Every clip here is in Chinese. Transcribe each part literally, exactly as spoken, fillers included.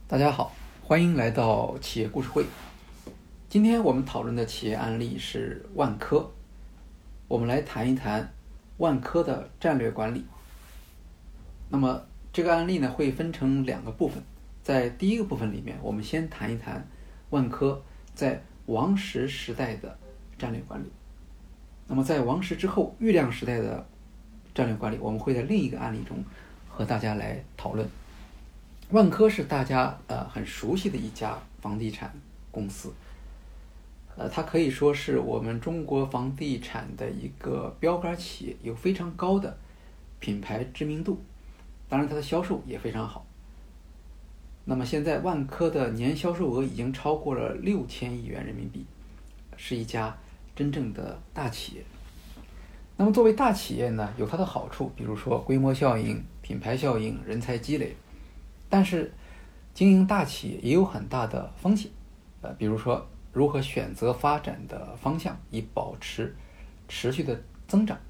大家好，欢迎来到企业故事会。今天我们讨论的企业案例是万科，我们来谈一谈万科的战略管理。那么这个案例呢，会分成两个部分。在第一个部分里面，我们先谈一谈万科在王石时代的战略管理。那么在王石之后，郁亮时代的战略管理，我们会在另一个案例中和大家来讨论。万科是大家呃很熟悉的一家房地产公司，呃，它可以说是我们中国房地产的一个标杆企业，有非常高的品牌知名度，当然它的销售也非常好。那么现在万科的年销售额已经超过了六千亿元人民币，是一家真正的大企业。那么作为大企业呢，有它的好处，比如说规模效应、品牌效应、人才积累。但是经营大企业也有很大的风险，呃，比如说如何选择发展的方向，以保持持续的增长。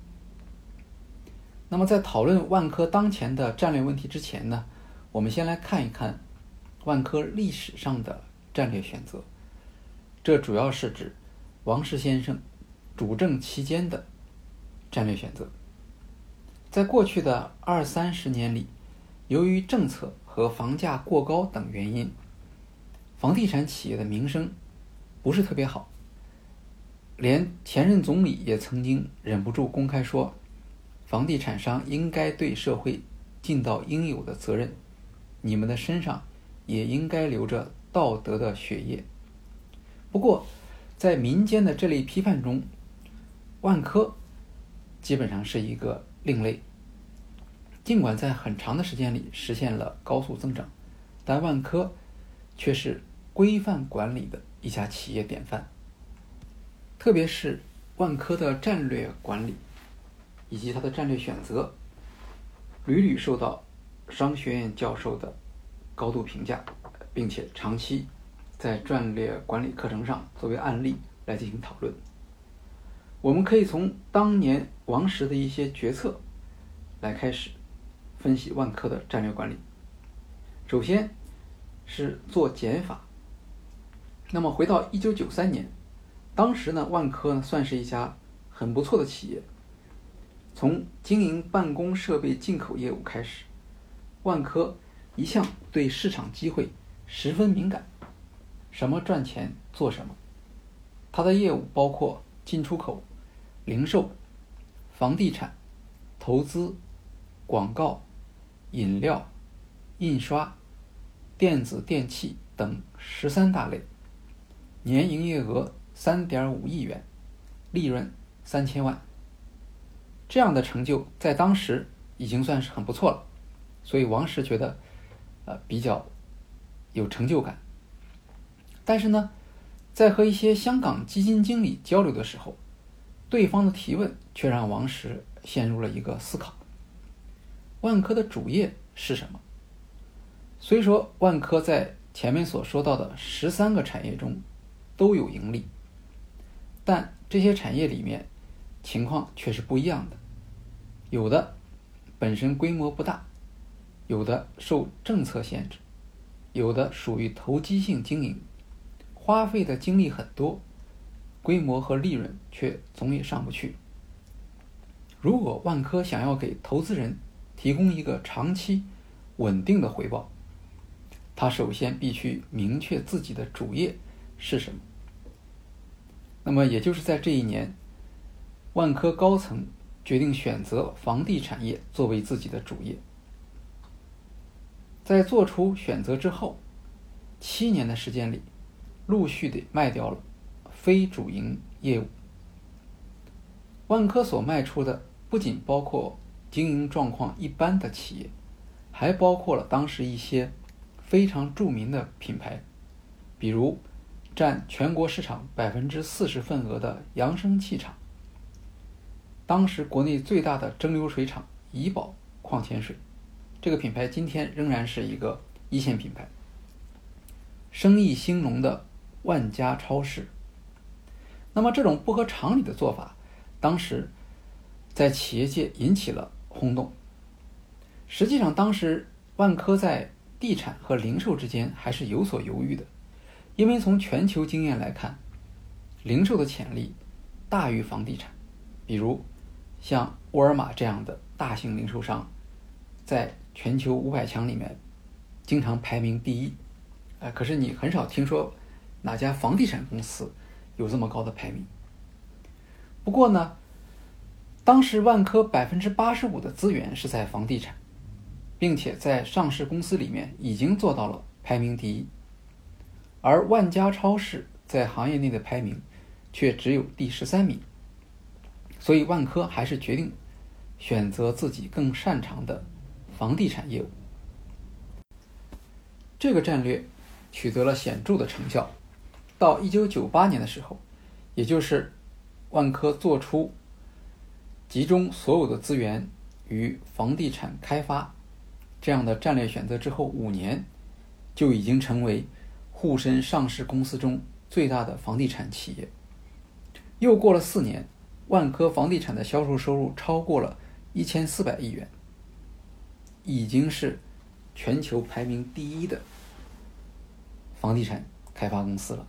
那么在讨论万科当前的战略问题之前呢，我们先来看一看万科历史上的战略选择。这主要是指王石先生主政期间的战略选择。在过去的二三十年里，由于政策和房价过高等原因，房地产企业的名声不是特别好，连前任总理也曾经忍不住公开说，房地产商应该对社会尽到应有的责任，你们的身上也应该流着道德的血液。不过在民间的这类批判中，万科基本上是一个另类。尽管在很长的时间里实现了高速增长，但万科却是规范管理的一家企业典范。特别是万科的战略管理以及它的战略选择，屡屡受到商学院教授的高度评价，并且长期在战略管理课程上作为案例来进行讨论。我们可以从当年王石的一些决策来开始分析万科的战略管理。首先是做减法。那么回到一九九三年，当时呢，万科呢算是一家很不错的企业。从经营办公设备进口业务开始，万科一向对市场机会十分敏感，什么赚钱做什么。它的业务包括进出口、零售、房地产、投资、广告、饮料、印刷、电子电器等十三大类，年营业额三点五亿元，利润三千万。这样的成就在当时已经算是很不错了，所以王石觉得呃比较有成就感。但是呢，在和一些香港基金经理交流的时候，对方的提问却让王石陷入了一个思考。万科的主业是什么？虽说万科在前面所说到的十三个产业中都有盈利，但这些产业里面情况却是不一样的。有的本身规模不大，有的受政策限制，有的属于投机性经营，花费的精力很多，规模和利润却总也上不去。如果万科想要给投资人提供一个长期稳定的回报，他首先必须明确自己的主业是什么。那么也就是在这一年，万科高层决定选择房地产业作为自己的主业。在做出选择之后，七年的时间里，陆续地卖掉了非主营业务。万科所卖出的不仅包括经营状况一般的企业，还包括了当时一些非常著名的品牌，比如占全国市场百分之四十份额的扬声器厂，当时国内最大的蒸馏水厂怡宝矿泉水，这个品牌今天仍然是一个一线品牌。生意兴隆的万家超市。那么这种不合常理的做法，当时在企业界引起了轰动。实际上当时万科在地产和零售之间还是有所犹豫的，因为从全球经验来看，零售的潜力大于房地产。比如像沃尔玛这样的大型零售商，在全球五百强里面经常排名第一，呃，可是你很少听说哪家房地产公司有这么高的排名。不过呢，当时万科百分之八十五的资源是在房地产，并且在上市公司里面已经做到了排名第一，而万家超市在行业内的排名却只有第十三名，所以万科还是决定选择自己更擅长的房地产业务。这个战略取得了显著的成效。到一九九八年的时候，也就是万科做出集中所有的资源于房地产开发这样的战略选择之后五年，就已经成为沪深上市公司中最大的房地产企业。又过了四年，万科房地产的销售收入超过了一千四百亿元，已经是全球排名第一的房地产开发公司了。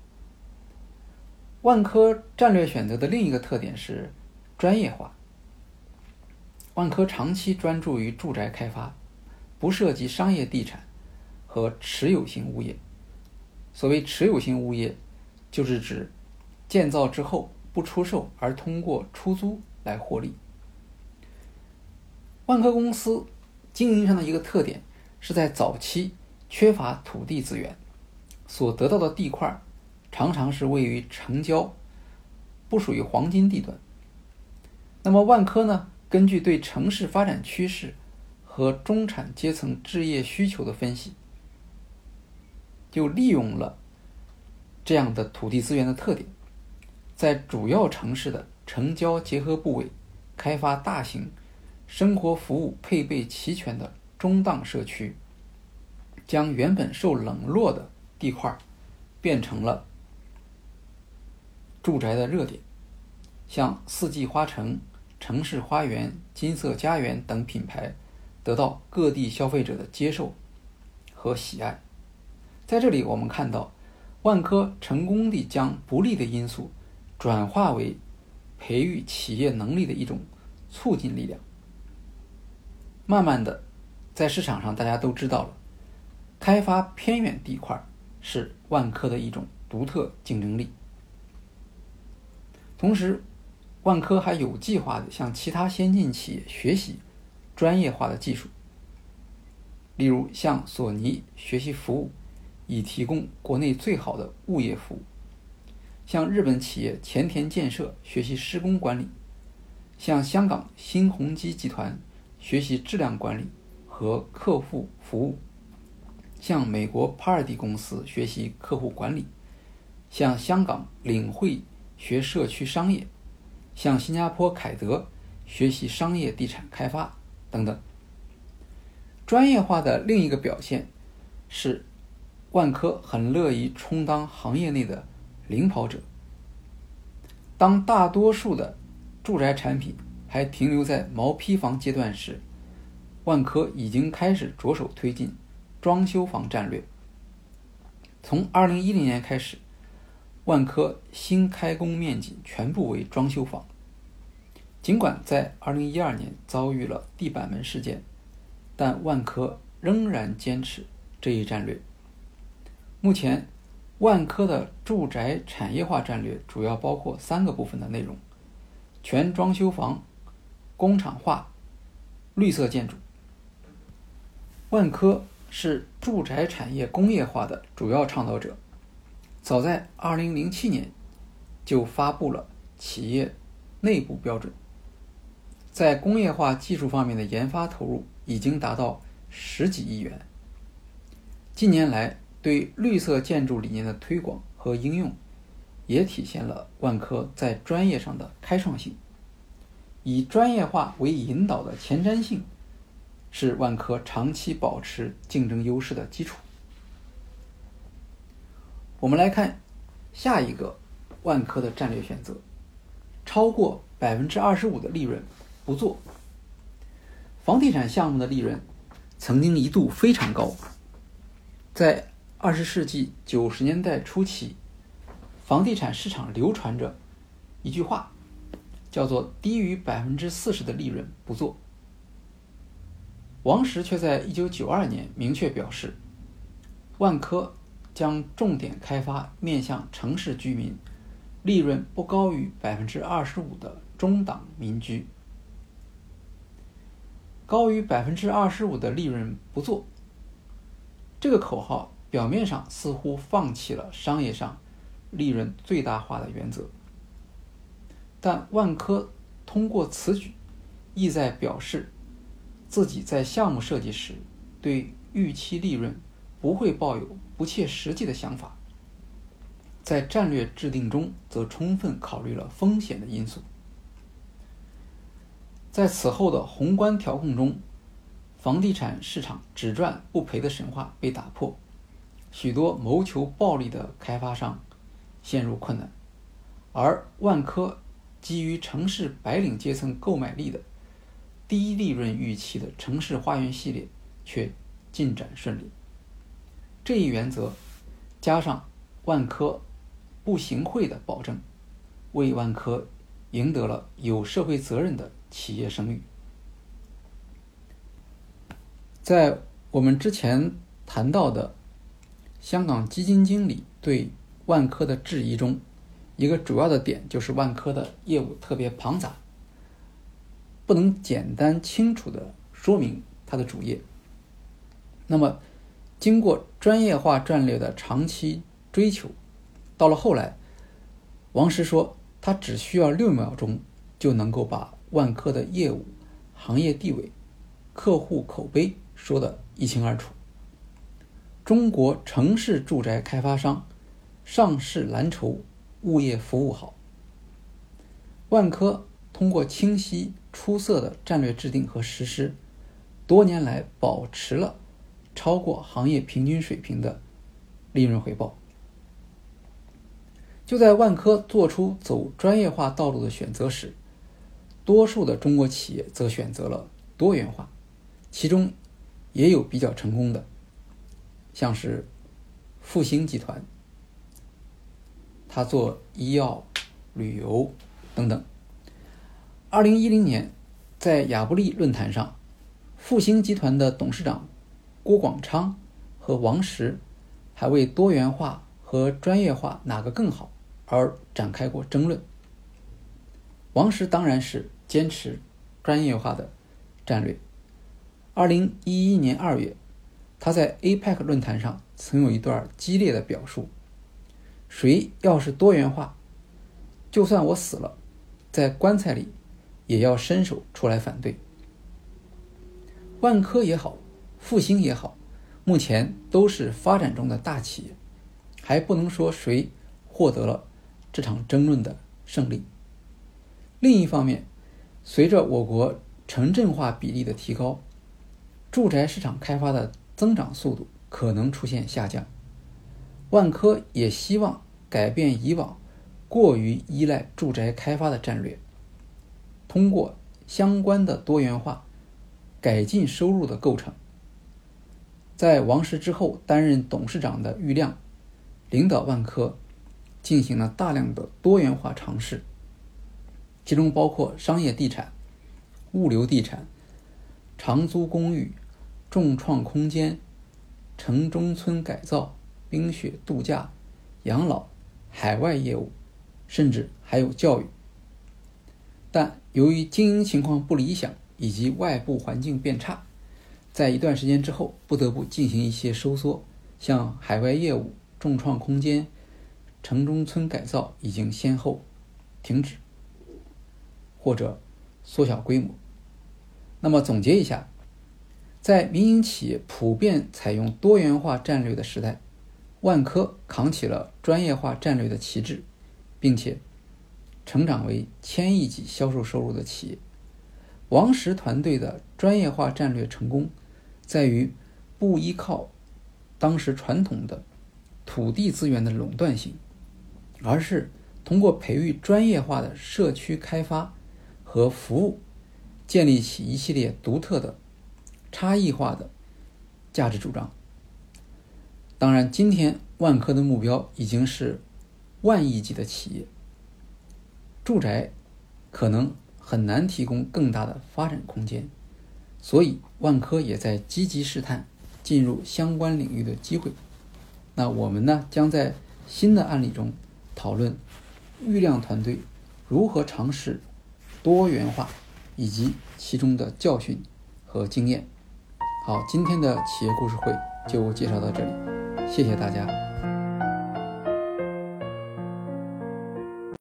万科战略选择的另一个特点是专业化。万科长期专注于住宅开发，不涉及商业地产和持有型物业。所谓持有型物业，就是指建造之后不出售，而通过出租来获利。万科公司经营上的一个特点是在早期缺乏土地资源，所得到的地块常常是位于城郊，不属于黄金地段。那么万科呢，根据对城市发展趋势和中产阶层置业需求的分析，就利用了这样的土地资源的特点，在主要城市的城郊结合部位开发大型生活服务配备齐全的中档社区，将原本受冷落的地块变成了住宅的热点。像四季花城、城市花园、金色家园等品牌得到各地消费者的接受和喜爱。在这里我们看到，万科成功地将不利的因素转化为培育企业能力的一种促进力量。慢慢的，在市场上大家都知道了，开发偏远地块是万科的一种独特竞争力。同时，万科还有计划地向其他先进企业学习专业化的技术，例如向索尼学习服务，以提供国内最好的物业服务；向日本企业前田建设学习施工管理；向香港新鸿基集团学习质量管理和客户服务；向美国帕尔迪公司学习客户管理；向香港领汇学社区商业；向新加坡凯德学习商业地产开发等等。专业化的另一个表现是，万科很乐于充当行业内的领跑者。当大多数的住宅产品还停留在毛坯房阶段时，万科已经开始着手推进装修房战略。从二零一零年开始，万科新开工面积全部为装修房。尽管在二零一二年遭遇了地板门事件，但万科仍然坚持这一战略。目前，万科的住宅产业化战略主要包括三个部分的内容：全装修房、工厂化、绿色建筑。万科是住宅产业工业化的主要倡导者，早在二零零七年就发布了企业内部标准，在工业化技术方面的研发投入已经达到十几亿元。近年来对绿色建筑理念的推广和应用，也体现了万科在专业上的开创性。以专业化为引导的前瞻性，是万科长期保持竞争优势的基础。我们来看下一个万科的战略选择：超过 百分之二十五 的利润不做。房地产项目的利润曾经一度非常高， 在二十世纪九十年代初期，房地产市场流传着一句话，叫做低于百分之四十的利润不做。王石却在一九九二年明确表示，万科将重点开发面向城市居民，利润不高于百分之二十五的中档民居。高于百分之二十五的利润不做，这个口号表面上似乎放弃了商业上利润最大化的原则，但万科通过此举意在表示自己在项目设计时对预期利润不会抱有不切实际的想法，在战略制定中则充分考虑了风险的因素。在此后的宏观调控中，房地产市场只赚不赔的神话被打破，许多谋求暴利的开发商陷入困难，而万科基于城市白领阶层购买力的低利润预期的城市花园系列却进展顺利。这一原则加上万科不行贿的保证，为万科赢得了有社会责任的企业声誉。在我们之前谈到的香港基金经理对万科的质疑中，一个主要的点就是万科的业务特别庞杂，不能简单清楚地说明它的主业。那么经过专业化战略的长期追求，到了后来，王石说他只需要六秒钟就能够把万科的业务、行业地位、客户口碑说得一清二楚。中国城市住宅开发商上市蓝筹，物业服务好。万科通过清晰出色的战略制定和实施，多年来保持了超过行业平均水平的利润回报。就在万科做出走专业化道路的选择时，多数的中国企业则选择了多元化，其中也有比较成功的，像是复星集团，他做医药、旅游等等。二零一零年，在亚布力论坛上，复星集团的董事长郭广昌和王石还为多元化和专业化哪个更好而展开过争论。王石当然是坚持专业化的战略。二零一一年二月，他在 A P E C 论坛上曾有一段激烈的表述：谁要是多元化，就算我死了，在棺材里也要伸手出来反对。万科也好，复星也好，目前都是发展中的大企业，还不能说谁获得了这场争论的胜利。另一方面，随着我国城镇化比例的提高，住宅市场开发的增长速度可能出现下降。万科也希望改变以往过于依赖住宅开发的战略，通过相关的多元化改进收入的构成。在王石之后担任董事长的郁亮领导万科进行了大量的多元化尝试，其中包括商业地产、物流地产、长租公寓、众创空间、城中村改造、冰雪度假、养老、海外业务，甚至还有教育。但由于经营情况不理想以及外部环境变差，在一段时间之后不得不进行一些收缩，像海外业务、众创空间、城中村改造已经先后停止或者缩小规模。那么总结一下，在民营企业普遍采用多元化战略的时代，万科扛起了专业化战略的旗帜，并且成长为千亿级销售收入的企业。王石团队的专业化战略成功在于不依靠当时传统的土地资源的垄断性，而是通过培育专业化的社区开发和服务，建立起一系列独特的差异化的价值主张。 当然，今天万科的目标已经是万亿级的企业，住宅可能很难提供更大的发展空间，所以万科也在积极试探进入相关领域的机会。那我们呢，将在新的案例中讨论郁亮团队如何尝试多元化以及其中的教训和经验。好，今天的企业故事会就介绍到这里，谢谢大家。